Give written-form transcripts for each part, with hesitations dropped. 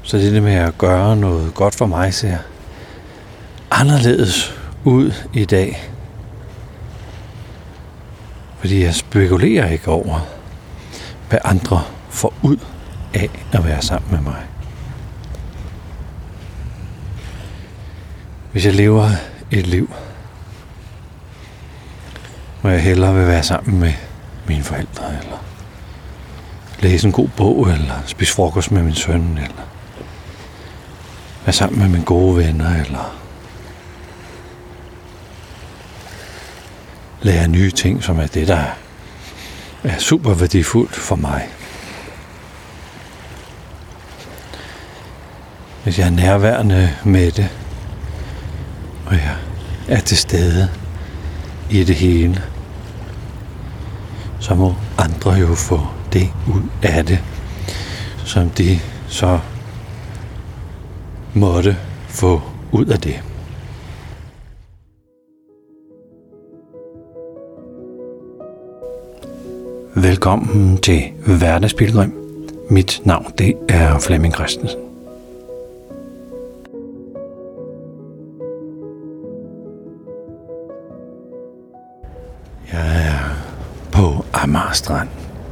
Så det med at gøre noget godt for mig ser anderledes ud i dag. Fordi jeg spekulerer ikke over, hvad andre får ud af at være sammen med mig. Hvis jeg lever et liv, hvor jeg hellere vil være sammen med mine forældre, eller læse en god bog, eller spise frokost med min søn, eller være sammen med mine gode venner, eller lære nye ting, som er det, der er super værdifuldt for mig. Hvis jeg er nærværende med det, og jeg er til stede i det hele, så må andre jo få det ud af det, som de så måtte få ud af det. Velkommen til Hverdagspilgrim. Mit navn, det er Flemming Christensen. Jeg er på Amager Strand.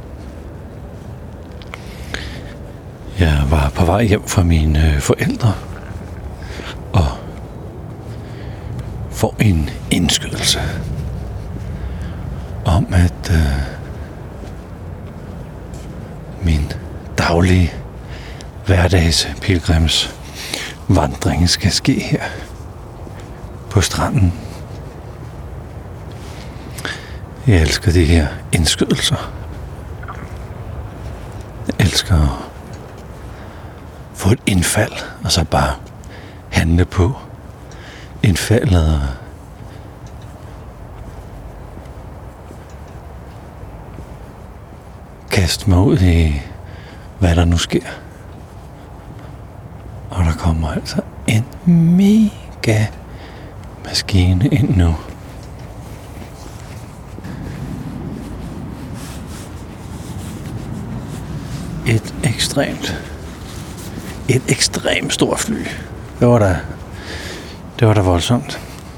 Jeg var på vej hjem fra mine forældre og får en indskydelse om, at min daglige hverdagspilgrims vandring skal ske her på stranden. Jeg elsker de her indskydelser. Jeg elsker at få et indfald, og så bare handle på indfaldet og kaste mig ud i, hvad der nu sker. Og der kommer altså en mega maskine ind nu. Et ekstremt stort fly. Det var da voldsomt.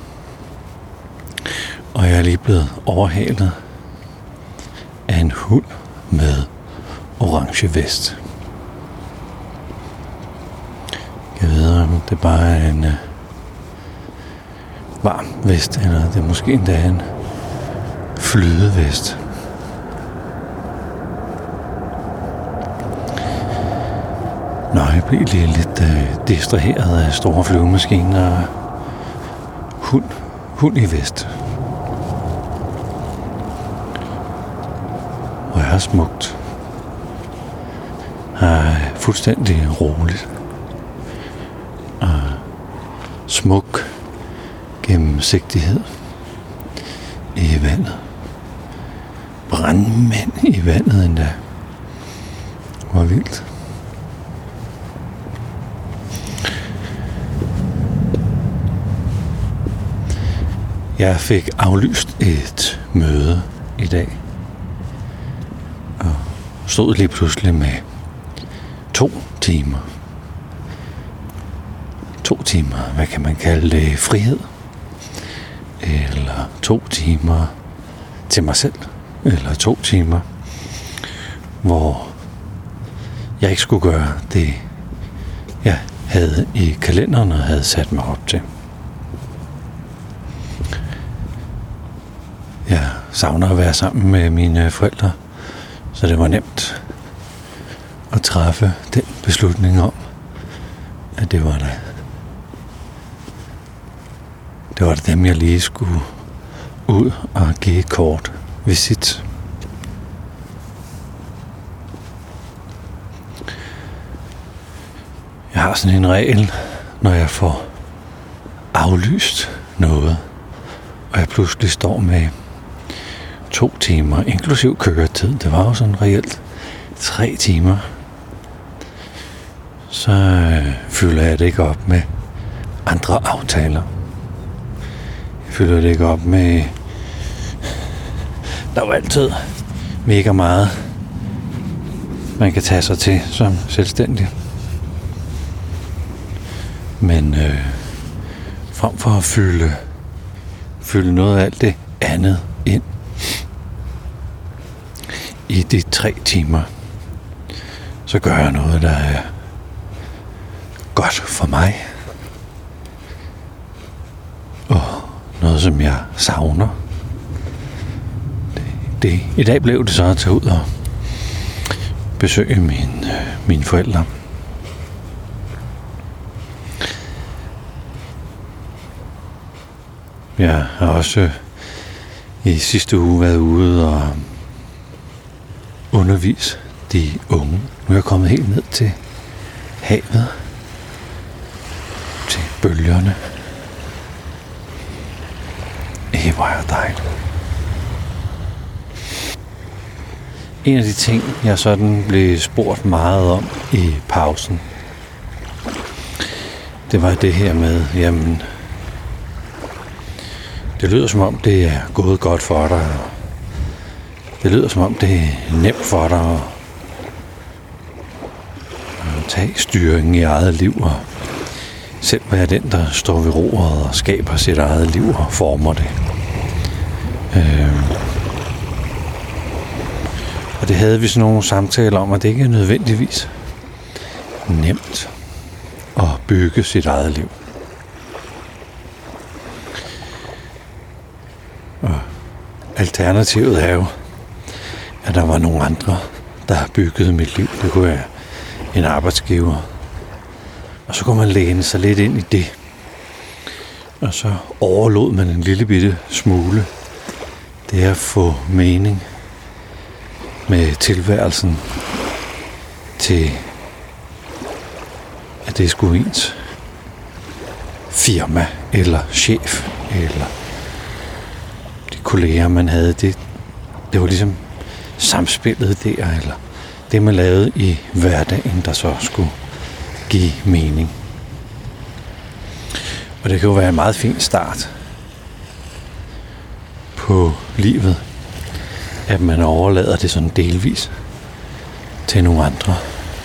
Og jeg er lige blevet overhalet af en hund med orange vest. Jeg ved, om det bare er en varm vest, eller det er måske endda en flydevest. Nå, jeg blev lige lidt distraheret af store flyvemaskiner og hund i vest. Og jeg er smukt. Er fuldstændig roligt. Og smuk gennemsigtighed i vandet. Brandmænd i vandet endda. Hvor vildt. Jeg fik aflyst et møde i dag, og stod lige pludselig med 2 timer. 2 timer, hvad kan man kalde det, frihed? Eller 2 timer til mig selv, eller 2 timer, hvor jeg ikke skulle gøre det, jeg havde i kalenderen og havde sat mig op til. Jeg savner at være sammen med mine forældre, så det var nemt at træffe den beslutning om, at det var dem, jeg lige skulle ud og give et kort visit. Jeg har sådan en regel, når jeg får aflyst noget, og jeg pludselig står med 2 timer, inklusiv køretid. Det var jo sådan reelt 3 timer. Så fylder jeg det ikke op med andre aftaler. Jeg fylder det ikke op med... Der er jo altid mega meget, man kan tage sig til som selvstændig. Men frem for at fylde noget af alt det andet ind i de 3 timer, så gør jeg noget, der er godt for mig. Og noget, som jeg savner. I dag blev det så at tage ud og besøge mine forældre. Jeg har også i sidste uge været ude og undervise de unge. Nu er jeg kommet helt ned til havet, til bølgerne. Hvor er det dejligt. En af de ting, jeg sådan blev spurgt meget om i pausen, det var det her med, jamen, det lyder som om, det er gået godt for dig. Det lyder som om, det er nemt for dig at tage styringen i eget liv og selv være den, der står ved roret og skaber sit eget liv og former det. Og det havde vi sådan nogle samtaler om, at det ikke er nødvendigvis nemt at bygge sit eget liv. Og alternativet er jo, at der var nogle andre, der har bygget mit liv. Det kunne være en arbejdsgiver. Og så kunne man læne sig lidt ind i det. Og så overlod man en lille bitte smule. Det er at få mening med tilværelsen til, at det skulle ens firma eller chef eller de kolleger, man havde. Det var ligesom samspillet der, eller det, man lavede i hverdagen, der så skulle give mening. Og det kan jo være en meget fin start på livet, at man overlader det sådan delvis til nogle andre.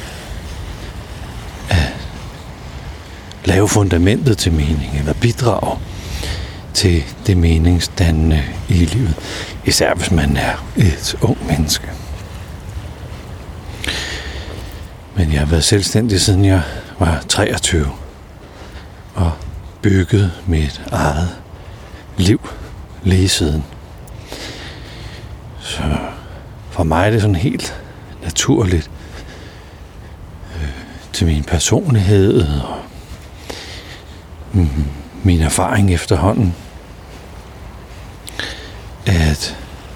At lave fundamentet til mening, eller bidrage til det meningsdannende i livet. Især hvis man er et ung menneske. Men jeg har været selvstændig siden jeg var 23 og bygget mit eget liv lige siden. Så for mig er det sådan helt naturligt til min personlighed og min erfaring efterhånden, at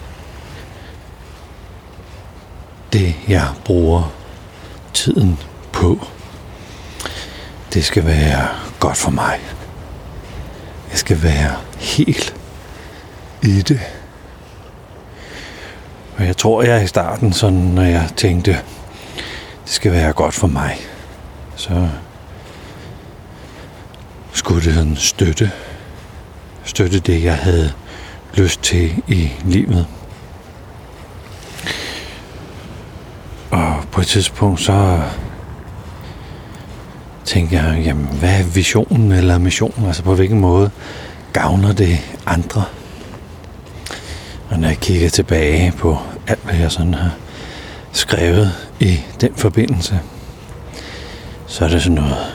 det jeg bruger tiden på, det skal være godt for mig. Jeg skal være helt i det. Og jeg tror, jeg i starten, sådan, når jeg tænkte, det skal være godt for mig, så skulle det sådan støtte det, jeg havde lyst til i livet. Og på et tidspunkt så tænkte jeg, jamen, hvad er visionen eller missionen? Altså på hvilken måde gavner det andre? Og når jeg kigger tilbage på alt, hvad jeg sådan har skrevet i den forbindelse, så er det sådan noget,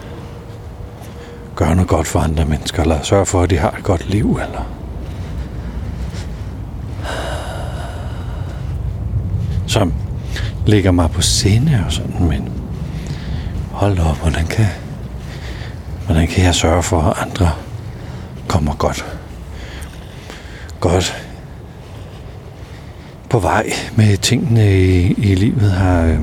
gør noget godt for andre mennesker, eller sørge for, at de har et godt liv, eller som ligger mig på sinde og sådan, men hold op, hvordan kan jeg sørge for, at andre kommer godt på vej med tingene i livet her.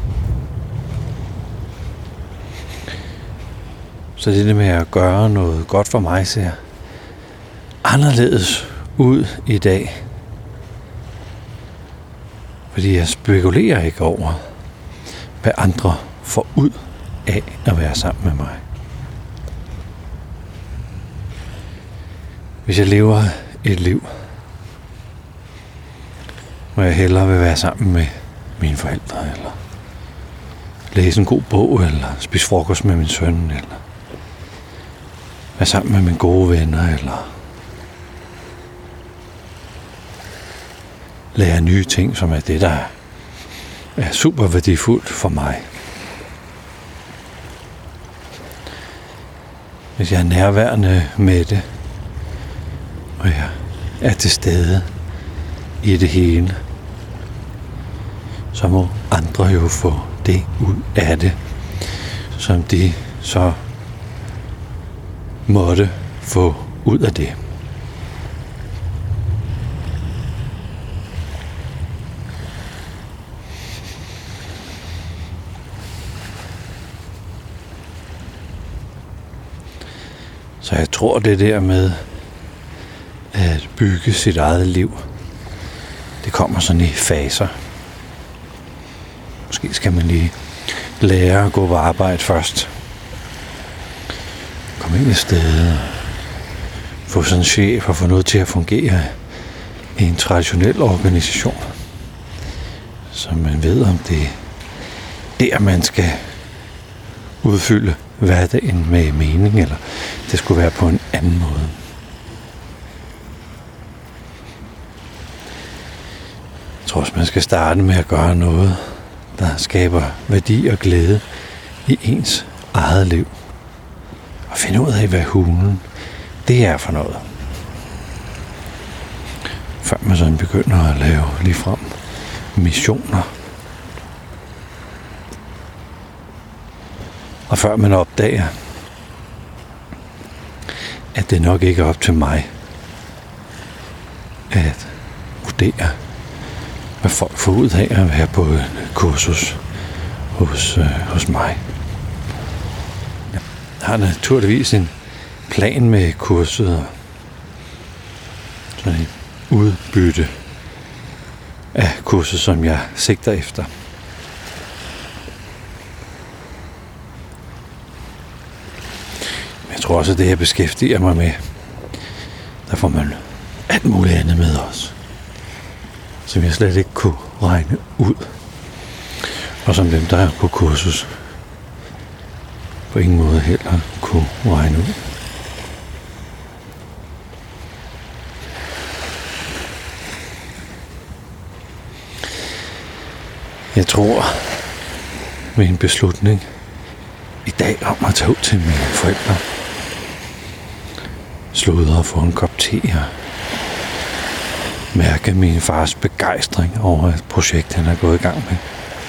Så det med at gøre noget godt for mig ser anderledes ud i dag. Fordi jeg spekulerer ikke over, hvad andre får ud af at være sammen med mig. Hvis jeg lever et liv, hvor jeg hellere vil være sammen med mine forældre, eller læse en god bog, eller spise frokost med min søn, eller være sammen med mine gode venner, eller lære nye ting, som er det, der er super værdifuldt for mig. Hvis jeg er nærværende med det, og jeg er til stede i det hele, så må andre jo få det ud af det, som de så måtte få ud af det. Så jeg tror, det der med at bygge sit eget liv, det kommer sådan i faser. Måske skal man lige lære at gå på arbejde først. Komme ind i stedet. Få sådan en chef og få noget til at fungere i en traditionel organisation. Så man ved, om det er der, man skal udfylde hverdagen med mening, eller det skulle være på en anden måde. Jeg tror også, man skal starte med at gøre noget, der skaber værdi og glæde i ens eget liv. Og finde ud af, hvad hulen det er for noget. Før man sådan begynder at lave ligefrem missioner. Og før man opdager, at det nok ikke er op til mig at vurdere, hvad folk får ud af at være på et kursus hos mig. Jeg har naturligvis en plan med kurset og sådan et udbytte af kurset, som jeg sigter efter. Jeg tror også, at det jeg beskæftiger mig med, der får man alt muligt andet med os, som jeg slet ikke kunne regne ud. Og som dem, der er på kursus, på ingen måde heller kunne regne ud. Jeg tror, med en beslutning i dag om at tage ud til mine forældre, sludre og få en kop te og mærke min fars begejstring over et projekt, han er gået i gang med.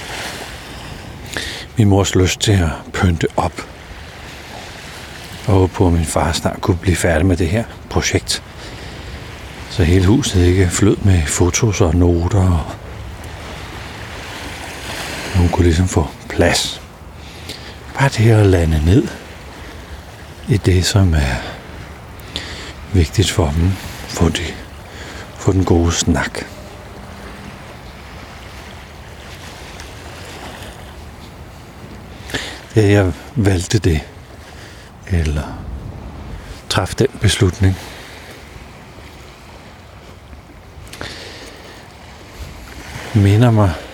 Min mors lyst til at pynte op og håbe på, at min far snart kunne blive færdig med det her projekt, så hele huset ikke flød med fotos og noter, og hun kunne ligesom få plads. Bare det at lande ned i det, som er vigtigt for dem. Få den gode snak. Da jeg valgte det, eller træffede den beslutning, minder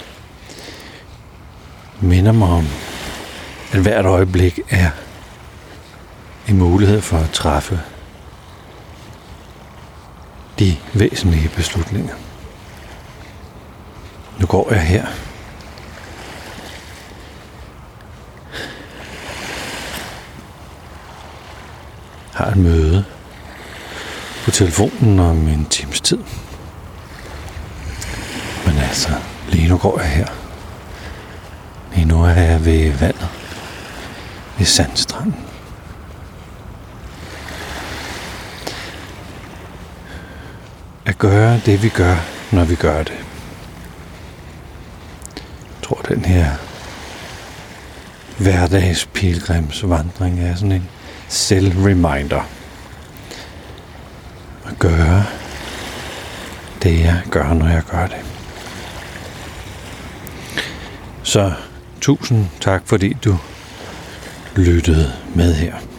mig om, at hvert øjeblik er en mulighed for at træffe de væsentlige beslutninger. Nu går jeg her. Har et møde på telefonen om en times tid. Men altså, lige nu går jeg her. Lige nu er jeg ved vandet. Ved sandstranden. At gøre det, vi gør, når vi gør det. Jeg tror, den her hverdagspilgrimsvandring er sådan en selv-reminder. At gøre det, jeg gør, når jeg gør det. Så tusind tak, fordi du lyttede med her.